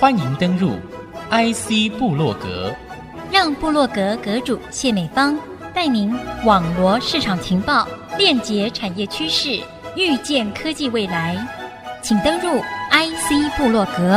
欢迎登入 IC 部落格， 让部落格阁主谢美芳带您网罗市场情报，链接产业趋势，预见科技未来。请登入 IC 部落格。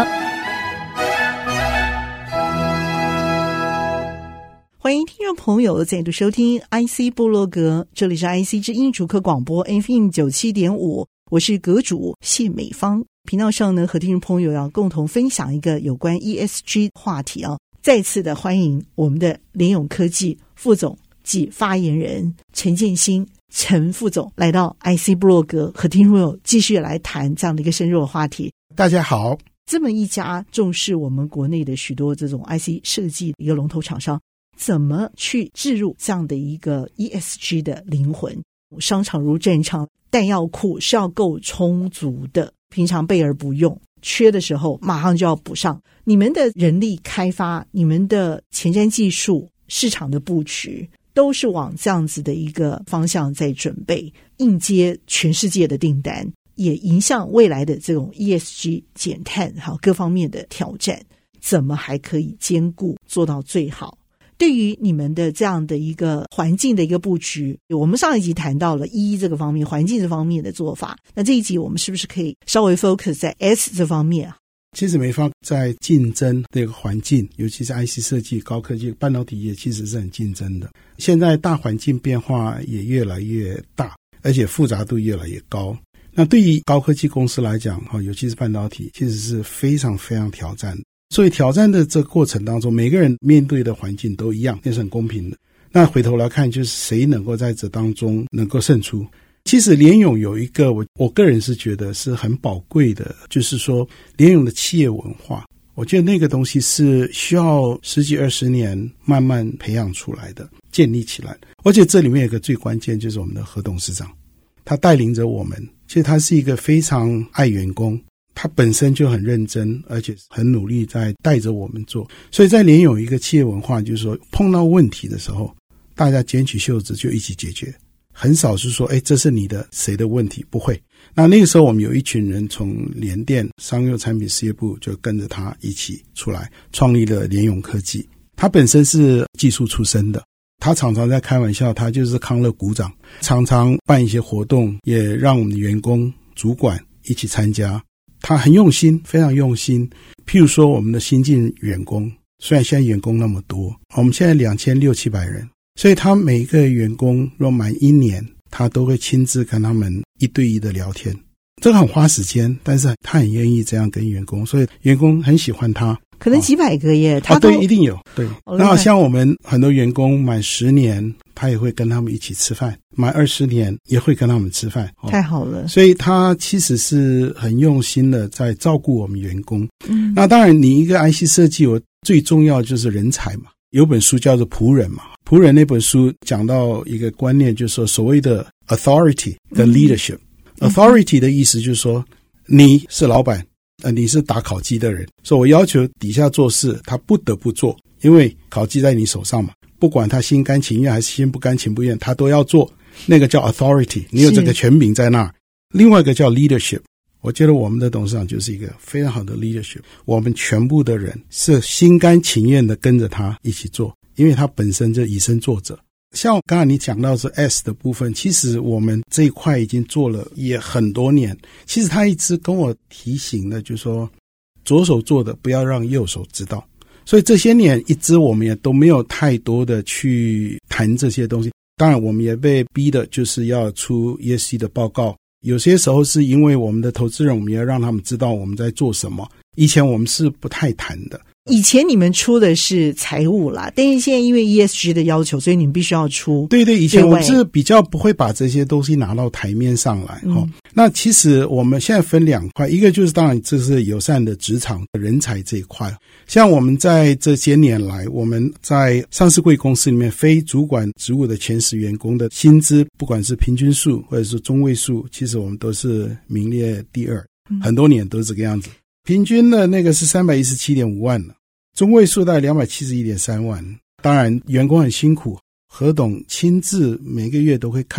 欢迎听众朋友再度收听 IC 部落格，这里是 IC 之音主客广播 FM 97.5，我是阁主谢美芳。频道上呢，和听众朋友要共同分享一个有关 ESG 话题啊。再次的欢迎我们的联咏科技副总及发言人陈建新陈副总来到 IC 部落格，和听众朋友继续来谈这样的一个深入的话题。 大家好， 这么一家重视我们国内的许多这种 IC 设计的一个龙头厂商，怎么去置入这样的一个 ESG 的灵魂？商场如战场，弹药库是要够充足的，平常备而不用，缺的时候马上就要补上。你们的人力开发，你们的前瞻技术，市场的布局，都是往这样子的一个方向在准备，应接全世界的订单，也迎向未来的这种 ESG 减碳各方面的挑战，怎么还可以兼顾做到最好？对于你们的这样的一个环境的一个布局，我们上一集谈到了E这个方面，环境这方面的做法，那这一集我们是不是可以稍微 focus 在 S 这方面啊？ 其实美方在竞争这个环境，尤其是 IC 设计、高科技、半导体业，其实是很竞争的。现在大环境变化也越来越大，而且复杂度越来越高。那对于高科技公司来讲，尤其是半导体，其实是非常非常挑战的。所以挑战的这个过程当中，每个人面对的环境都一样，也是很公平的。那回头来看，就是谁能够在这当中能够胜出。其实联咏有一个我个人是觉得是很宝贵的，就是说联咏的企业文化，我觉得那个东西是需要10几20年慢慢培养出来的，建立起来的。而且这里面有一个最关键，就是我们的何董事长，他带领着我们，其实他是一个非常爱员工，他本身就很认真，而且很努力在带着我们做。所以在联咏一个企业文化，就是说碰到问题的时候，大家捡起袖子就一起解决，很少是说这是你的谁的问题，不会。那个时候我们有一群人从联电商业产品事业部就跟着他一起出来创立了联咏科技。他本身是技术出身的，他常常在开玩笑，他就是康乐股长，常常办一些活动，也让我们的员工主管一起参加。他很用心，非常用心。譬如说我们的新进员工，虽然现在员工那么多，我们现在2600-700人，所以他每一个员工若满1年，他都会亲自跟他们1对1的聊天。这个很花时间，但是他很愿意这样跟员工，所以员工很喜欢他。 可能几百个耶，他都对，一定有。对，然后像我们很多员工满10年，他也会跟他们一起吃饭，满20年也会跟他们吃饭。 太好了。 所以他其实是很用心的在照顾我们员工。那当然你一个 IC 设计，我最重要就是人才嘛。有本书叫做仆人嘛，仆人那本书讲到一个观念，就是说所谓的 authority 跟 leadership。authority 的意思就是说你是老板，你是打烤鸡的人，所以我要求底下做事他不得不做，因为烤鸡在你手上嘛，不管他心甘情愿还是心不甘情不愿，他都要做。那个叫 authority， 你有这个权柄在那儿。另外一个叫 leadership， 我觉得我们的董事长就是一个非常好的 leadership， 我们全部的人是心甘情愿的跟着他一起做，因为他本身就以身作则。像刚才你讲到是 S 的部分，其实我们这一块已经做了也很多年。其实他一直跟我提醒的就是说，左手做的不要让右手知道。所以这些年一直我们也都没有太多的去谈这些东西。当然我们也被逼的就是要出 ESG 的报告，有些时候是因为我们的投资人，我们要让他们知道我们在做什么。以前我们是不太谈的。 以前你们出的是财务啦，但是现在因为 ESG 的要求，所以你们必须要出。 对对，以前我们是比较不会把这些东西拿到台面上来。那其实我们现在分2块，一个就是当然这是友善的职场人才这一块。像我们在这些年来，我们在上市柜公司里面非主管职务的前10员工的薪资，不管是平均数或者是中位数，其实我们都是名列第2，很多年都是这个样子。平均的那个是317.5万了，中位数大概271.3万。当然员工很辛苦，何董亲自每个月都会看，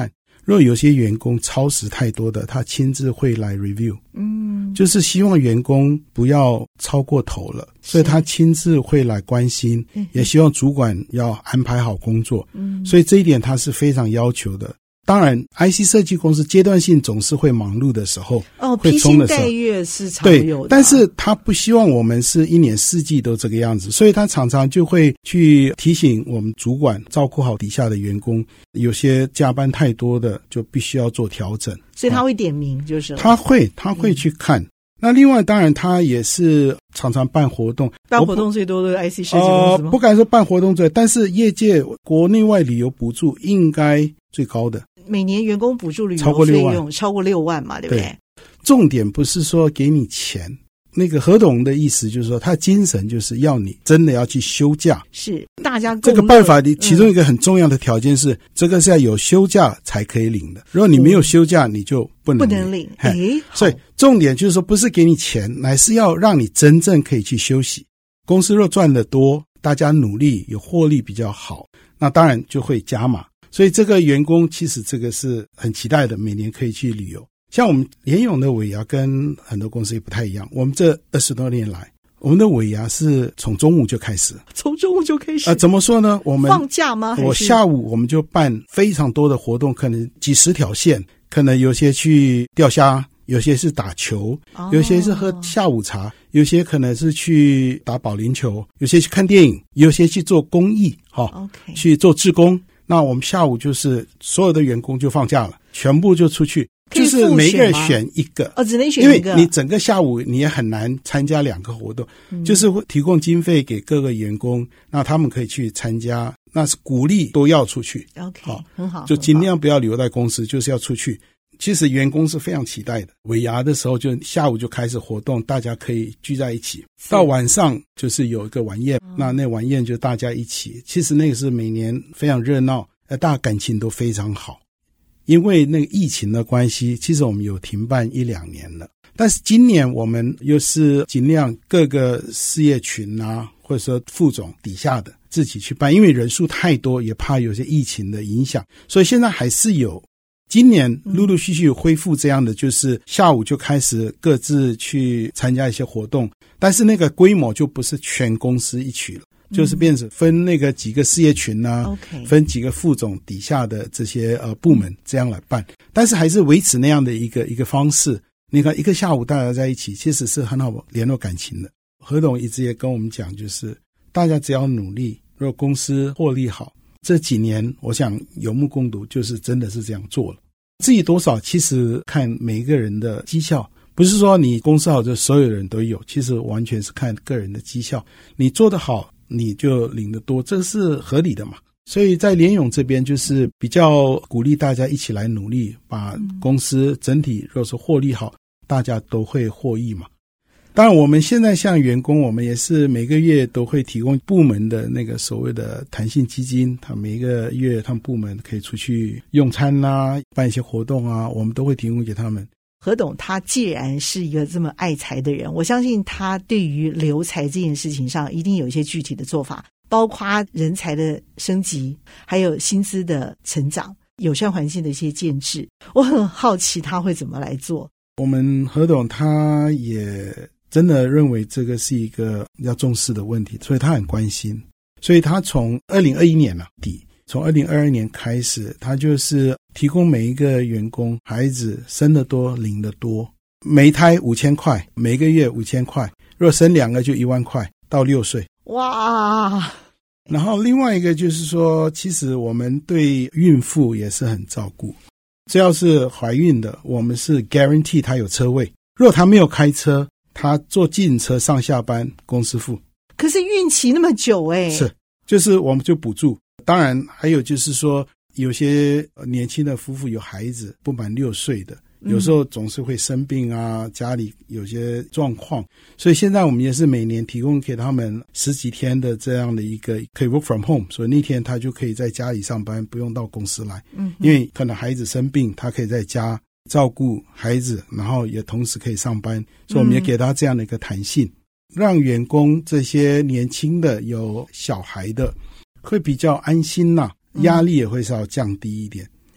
如果有些员工超时太多的，他亲自会来 review，就是希望员工不要超过头了，所以他亲自会来关心，也希望主管要安排好工作，所以这一点他是非常要求的。当然 IC 设计公司阶段性总是会忙碌的时候，会冲的时候， 披星戴月是常有的， 对，但是他不希望我们是一年四季都这个样子，所以他常常就会去提醒我们主管照顾好底下的员工，有些加班太多的就必须要做调整， 所以他会点名就是了， 他会去看。那另外当然他也是常常办活动， 办活动最多的 IC 设计公司吗？ 不敢说办活动最多，但是业界国内外旅游补助应该最高的，每年员工补助旅游费用超过6万嘛，对不对？ 重点不是说给你钱，那个何董的意思就是说，他精神就是要你真的要去休假， 是大家这个办法的其中一个很重要的条件是，这个是要有休假才可以领的，如果你没有休假，你就不能领。所以重点就是说，不是给你钱，乃是要让你真正可以去休息。公司若赚得多，大家努力有获利比较好，那当然就会加码。所以这个员工其实这个是很期待的，每年可以去旅游。像我们联咏的尾牙跟很多公司也不太一样，我们这20多年来，我们的尾牙是从中午就开始， 从中午就开始。 怎么说呢？我们放假吗？ 我下午我们就办非常多的活动，可能几十条线，可能有些去钓虾，有些是打球，有些是喝下午茶，有些可能是去打保龄球，有些去看电影，有些去做公益，去做志工。那我们下午就是所有的员工就放假了，全部就出去，就是每个人选一个， 只能选一个， 因为你整个下午你也很难参加2个活动，就是会提供经费给各个员工，那他们可以去参加，那是鼓励都要出去。 OK， 很好， 就尽量不要留在公司，就是要出去。其实员工是非常期待的，尾牙的时候就下午就开始活动，大家可以聚在一起，到晚上就是有一个晚宴，那晚宴就大家一起，其实那个是每年非常热闹，大家感情都非常好。因为那个疫情的关系，其实我们有停办1-2年了，但是今年我们又是尽量各个事业群啊，或者说副总底下的自己去办，因为人数太多，也怕有些疫情的影响，所以现在还是有。今年陆陆续续恢复这样的，就是下午就开始各自去参加一些活动，但是那个规模就不是全公司一起了，就是变成分那个几个事业群啊，分几个副总底下的这些部门这样来办，但是还是维持那样的一个方式。你看一个下午大家在一起，其实是很好联络感情的。何董一直也跟我们讲，就是大家只要努力，如果公司获利好，这几年我想有目共睹，就是真的是这样做了。至于多少，其实看每一个人的绩效，不是说你公司好就所有人都有，其实完全是看个人的绩效，你做得好你就领得多，这是合理的嘛。所以在联咏这边就是比较鼓励大家一起来努力，把公司整体若是获利好，大家都会获益嘛。当然我们现在像员工，我们也是每个月都会提供部门的那个所谓的弹性基金，他每一个月他们部门可以出去用餐啊，办一些活动啊，我们都会提供给他们。 何董他既然是一个这么爱财的人，我相信他对于留才这件事情上一定有一些具体的做法，包括人才的升级，还有薪资的成长，友善环境的一些建制。我很好奇他会怎么来做。 我们何董他也真的认为这个是一个要重视的问题，所以他很关心，所以他从2021年底，从2022年开始，他就是提供每一个员工，孩子生得多领得多，每一胎5000块，每个月5000块，如果生2个就1万块，到6岁。 哇！ 然后另外一个就是说，其实我们对孕妇也是很照顾，只要是怀孕的，我们是 guarantee 她有车位，如果她没有开车，他坐计程车上下班，公司付。 可是孕期那么久是，就是我们就补助。当然还有就是说，有些年轻的夫妇有孩子不满6岁的，有时候总是会生病啊，家里有些状况，所以现在我们也是每年提供给他们10几天的这样的一个可以 work from home， 所以那天他就可以在家里上班，不用到公司来。因为可能孩子生病，他可以在家照顾孩子，然后也同时可以上班，所以我们也给他这样的一个弹性，让员工这些年轻的有小孩的会比较安心压力也会稍微降低一点。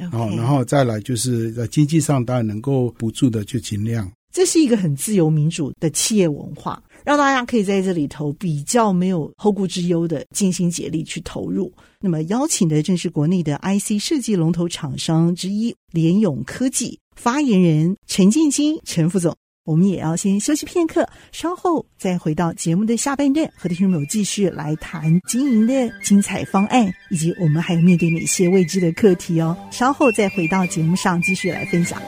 然后再来就是在经济上当然能够补助的就尽量。 这是一个很自由民主的企业文化，让大家可以在这里头比较没有后顾之忧的尽心竭力去投入。那么邀请的正是国内的 IC 设计龙头厂商之一联咏科技发言人陈建基陈副总。我们也要先休息片刻，稍后再回到节目的下半段，和听众朋友继续来谈经营的精彩方案，以及我们还有面对哪些未知的课题哦。稍后再回到节目上继续来分享。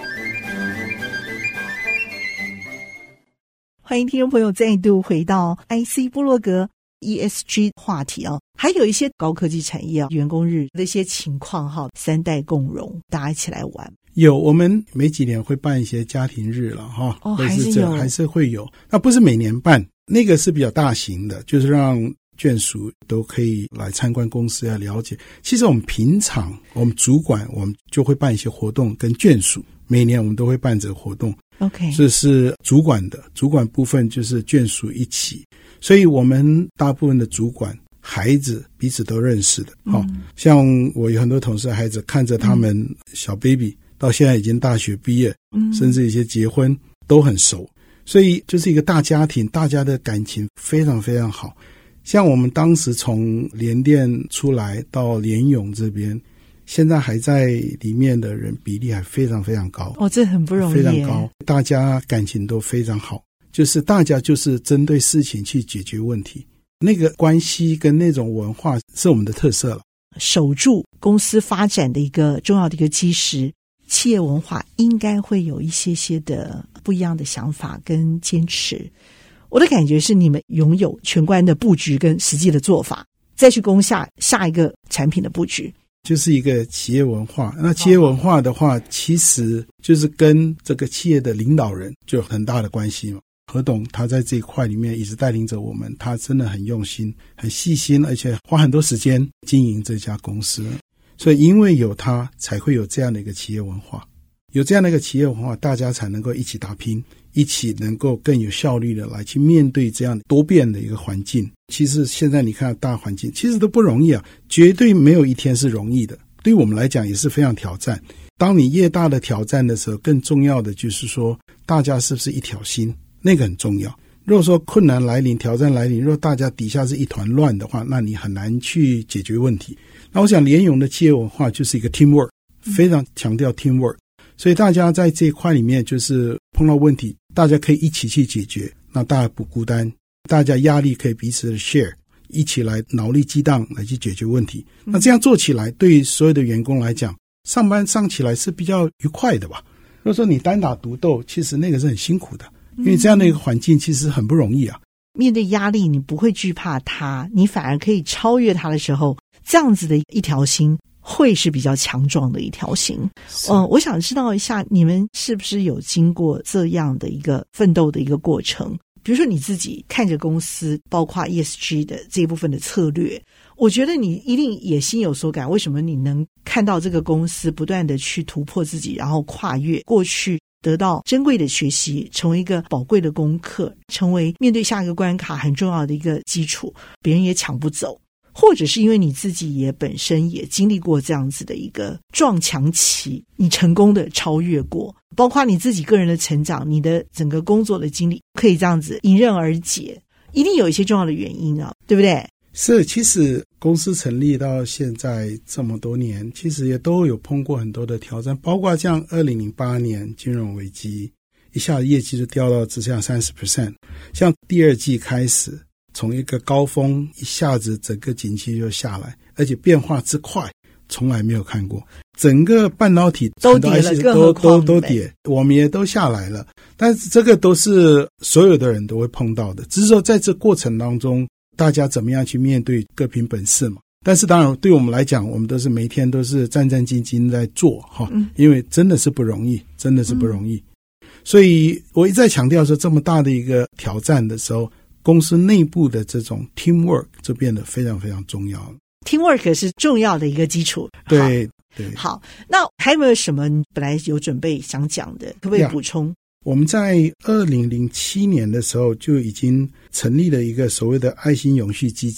欢迎听众朋友再度回到 IC 部落格 ESG 话题哦，还有一些高科技产业员工日的一些情况3代共融，大家一起来玩。 有，我们每几年会办一些家庭日了还是会有。那不是每年办，那个是比较大型的，就是让眷属都可以来参观公司，要了解。其实我们平常我们主管我们就会办一些活动跟眷属，每年我们都会办这个活动。 OK， 这是主管的，主管部分就是眷属一起，所以我们大部分的主管孩子彼此都认识的。像我有很多同事的孩子，看着他们小 baby 到现在已经大学毕业，甚至一些结婚都很熟，所以就是一个大家庭，大家的感情非常非常好。像我们当时从联电出来到联咏这边，现在还在里面的人比例还非常非常高。 这很不容易， 非常高，大家感情都非常好，就是大家就是针对事情去解决问题，那个关系跟那种文化是我们的特色了。 守住公司发展的一个重要的一个基石，企业文化应该会有一些的不一样的想法跟坚持。我的感觉是你们拥有全观的布局跟实际的做法，再去攻下一个产品的布局， 就是一个企业文化。那企业文化的话，其实就是跟这个企业的领导人就有很大的关系嘛。何董他在这一块里面一直带领着我们，他真的很用心很细心，而且花很多时间经营这家公司。所以因为有他才会有这样的一个企业文化，有这样的一个企业文化，大家才能够一起打拼，一起能够更有效率的来去面对这样多变的一个环境。其实现在你看大环境其实都不容易啊，绝对没有一天是容易的，对于我们来讲也是非常挑战。当你越大的挑战的时候，更重要的就是说大家是不是一条心，那个很重要。如果说困难来临挑战来临，如果大家底下是一团乱的话，那你很难去解决问题。那我想联咏的企业文化就是一个 teamwork， 非常强调 teamwork， 所以大家在这一块里面就是碰到问题大家可以一起去解决，那大家不孤单，大家压力可以彼此的 share， 一起来脑力激荡来去解决问题。那这样做起来对于所有的员工来讲，上班上起来是比较愉快的吧。如果说你单打独斗，其实那个是很辛苦的，因为这样的一个环境其实很不容易啊。 面对压力你不会惧怕它，你反而可以超越它的时候，这样子的一条心会是比较强壮的一条心。我想知道一下，你们是不是有经过这样的一个奋斗的一个过程？比如说你自己看着公司包括 ESG 的这一部分的策略，我觉得你一定也心有所感，为什么你能看到这个公司不断的去突破自己，然后跨越过去，得到珍贵的学习，成为一个宝贵的功课，成为面对下一个关卡很重要的一个基础，别人也抢不走。或者是因为你自己也本身也经历过这样子的一个撞墙期，你成功的超越过，包括你自己个人的成长，你的整个工作的经历可以这样子迎刃而解，一定有一些重要的原因啊，对不对？ 是，其实公司成立到现在这么多年，其实也都有碰过很多的挑战，包括像2008年金融危机，一下业绩就掉到只剩下 30%， 像第二季开始从一个高峰一下子整个景气就下来，而且变化之快从来没有看过，整个半导体都跌了， 都跌，我们也都下来了。但是这个都是所有的人都会碰到的，只是说在这过程当中大家怎么样去面对，各凭本事嘛。但是当然对我们来讲，我们都是每天都是战战兢兢在做哈，因为真的是不容易，真的是不容易。所以我一再强调说，这么大的一个挑战的时候，公司内部的这种 teamwork 就变得非常非常重要了。 teamwork 是重要的一个基础。 对对。 好，那还有没有什么你本来有准备想讲的，可不可以补充？ 我们在2007年的时候就已经成立了一个所谓的爱心永续基金，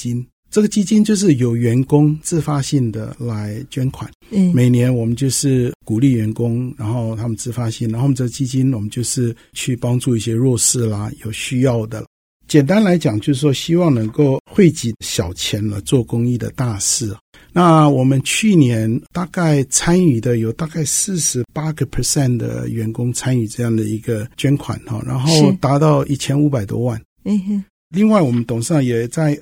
这个基金就是有员工自发性的来捐款，每年我们就是鼓励员工，然后他们自发性，然后我们这个基金我们就是去帮助一些弱势啦，有需要的。简单来讲就是说希望能够汇集小钱了做公益的大事。那我们去年大概参与的有大概 48% 的员工参与这样的一个捐款，然后达到1500多万。另外我们董事长也在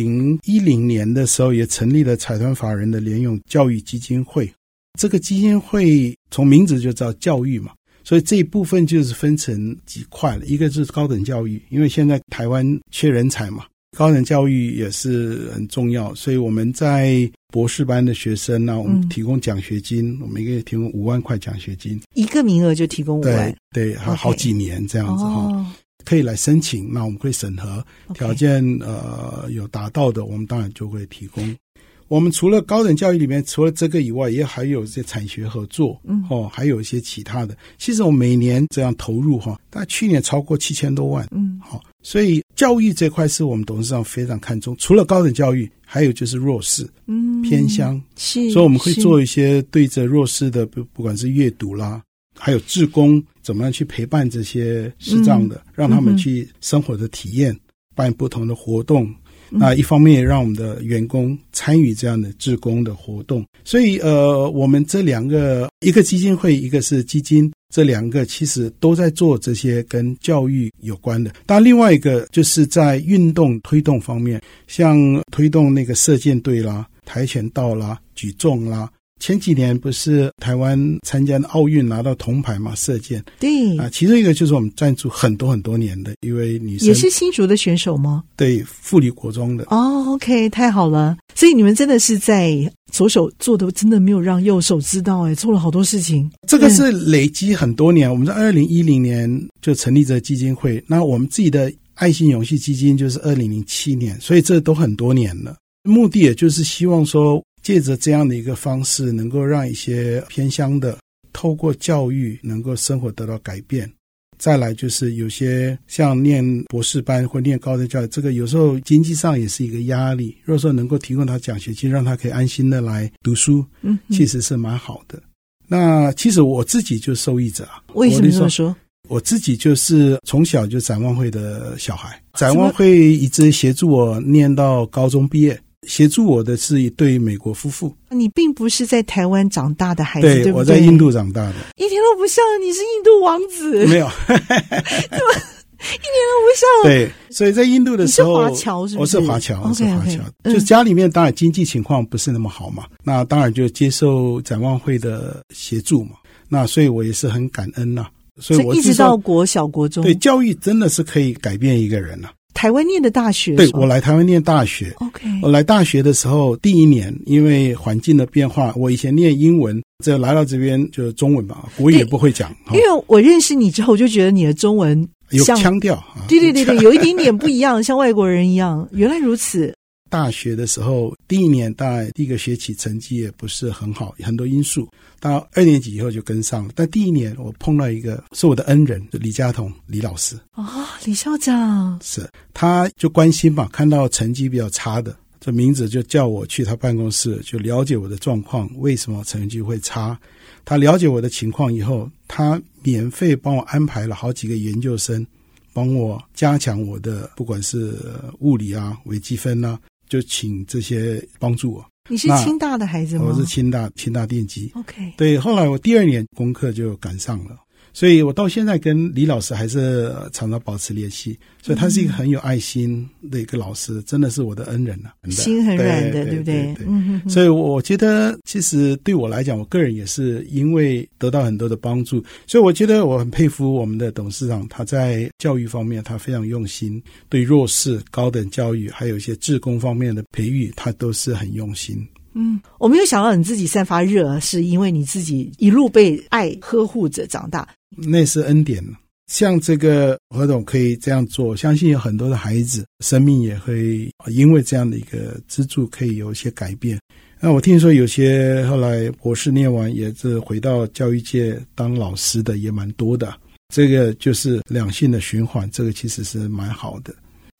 2010年的时候也成立了财团法人的联咏教育基金会。这个基金会从名字就知道教育嘛，所以这一部分就是分成几块了。一个是高等教育，因为现在台湾缺人才嘛，高等教育也是很重要，所以我们在博士班的学生我们提供奖学金，我们一个月提供5万块奖学金， 一个名额就提供5万， 对，好几年这样子可以来申请，那我们会审核条件有达到的，我们当然就会提供。我们除了高等教育里面，除了这个以外，也还有一些产学合作，还有一些其他的。其实我们每年这样投入大概去年超过7000多万，所以教育这块是我们董事长非常看重。除了高等教育，还有就是弱势，偏乡，所以我们会做一些对着弱势的，不管是阅读啦，还有志工，怎么样去陪伴这些视障的，让他们去生活的体验，办不同的活动。那一方面也让我们的员工参与这样的志工的活动。所以我们这两个，一个基金会，一个是基金，这两个其实都在做这些跟教育有关的。当然另外一个就是在运动推动方面，像推动那个射箭队啦、跆拳道啦、举重啦，前几年不是台湾参加奥运拿到铜牌嘛，射箭。 对其中一个就是我们赞助很多年的一位女生， 也是新竹的选手吗？ 对，富里国中的。 OK， 太好了。所以你们真的是在左手做的真的没有让右手知道，做了好多事情。 这个是累积很多年，我们在2010年就成立这个基金会，那我们自己的爱心永续基金就是2007年，所以这都很多年了。目的也就是希望说借着这样的一个方式，能够让一些偏乡的透过教育能够生活得到改变。再来就是有些像念博士班或念高等教育，这个有时候经济上也是一个压力，如果说能够提供他奖学金，让他可以安心的来读书，其实是蛮好的。那其实我自己就受益者。 为什么这么说？ 我自己就是从小就展望会的小孩，展望会一直协助我念到高中毕业。协助我的是一对美国夫妇。 你并不是在台湾长大的孩子， 对不对？ 我在印度长大的。 一点都不像，你是印度王子。 没有一点都不像。 对，所以在印度的时候， 你是华侨是不是？ 我是华侨，我是华侨。 Okay. 就家里面当然经济情况不是那么好嘛，那当然就接受展望会的协助嘛，那所以我也是很感恩呐。所以我一直到国小国中， 对，教育真的是可以改变一个人啊。 台湾念的大学？ 对，我来台湾念大学。 OK， 我来大学的时候第一年，因为环境的变化，我以前念英文，这来到这边就中文吧，国语也不会讲。 因为我认识你之后，我就觉得你的中文有腔调。 对，有一点点不一样，像外国人一样。原来如此。 大学的时候第一年大概第一个学期成绩也不是很好，很多因素，到2年级以后就跟上了。但第一年我碰到一个是我的恩人，就李家同李老师。 李校长。 是，他就关心嘛，看到成绩比较差的，这名字就叫我去他办公室，就了解我的状况，为什么成绩会差。他了解我的情况以后，他免费帮我安排了好几个研究生，帮我加强我的不管是物理啊、微积分啊，就请这些帮助我。 你是清大的孩子吗？ 我是清大电机。 OK， 对，后来我第2年功课就赶上了，所以我到现在跟李老师还是常常保持联系。所以他是一个很有爱心的一个老师，真的是我的恩人啊， 心很软的，对不对？ 所以我觉得其实对我来讲，我个人也是因为得到很多的帮助，所以我觉得我很佩服我们的董事长，他在教育方面他非常用心，对弱势、高等教育还有一些志工方面的培育，他都是很用心。 我没有想到你自己散发热，是因为你自己一路被爱呵护着长大， 那是恩典。像这个何董可以这样做，相信有很多的孩子生命也会因为这样的一个资助可以有一些改变。那我听说有些后来博士念完也是回到教育界当老师的也蛮多的，这个就是两性的循环，这个其实是蛮好的。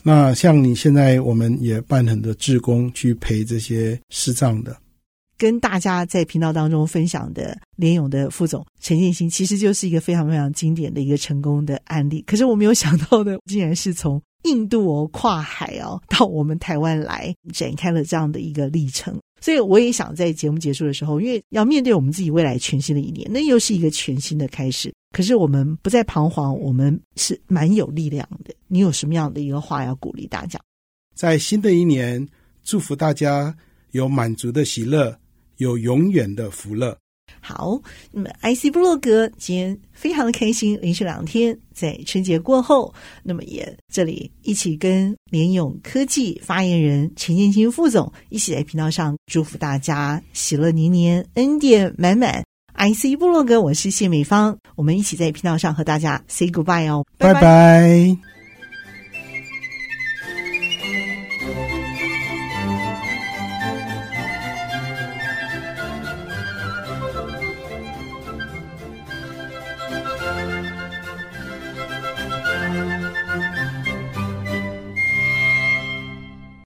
那像你现在我们也办很多志工去陪这些视障的。 跟大家在频道当中分享的联咏的副总陈建新，其实就是一个非常非常经典的一个成功的案例。可是我没有想到的，竟然是从印度跨海到我们台湾来展开了这样的一个历程。所以我也想在节目结束的时候，因为要面对我们自己未来全新的一年，那又是一个全新的开始。可是我们不再彷徨，我们是蛮有力量的。你有什么样的一个话要鼓励大家？在新的一年，祝福大家有满足的喜乐，有永远的福乐。好，那么 IC 部落格今天非常的开心，连续2天在春节过后，那么也这里一起跟联咏科技发言人陈建新副总一起在频道上祝福大家喜乐年年，恩典满满。IC 部落格，我是谢美芳，我们一起在频道上和大家 say goodbye 哦，拜拜。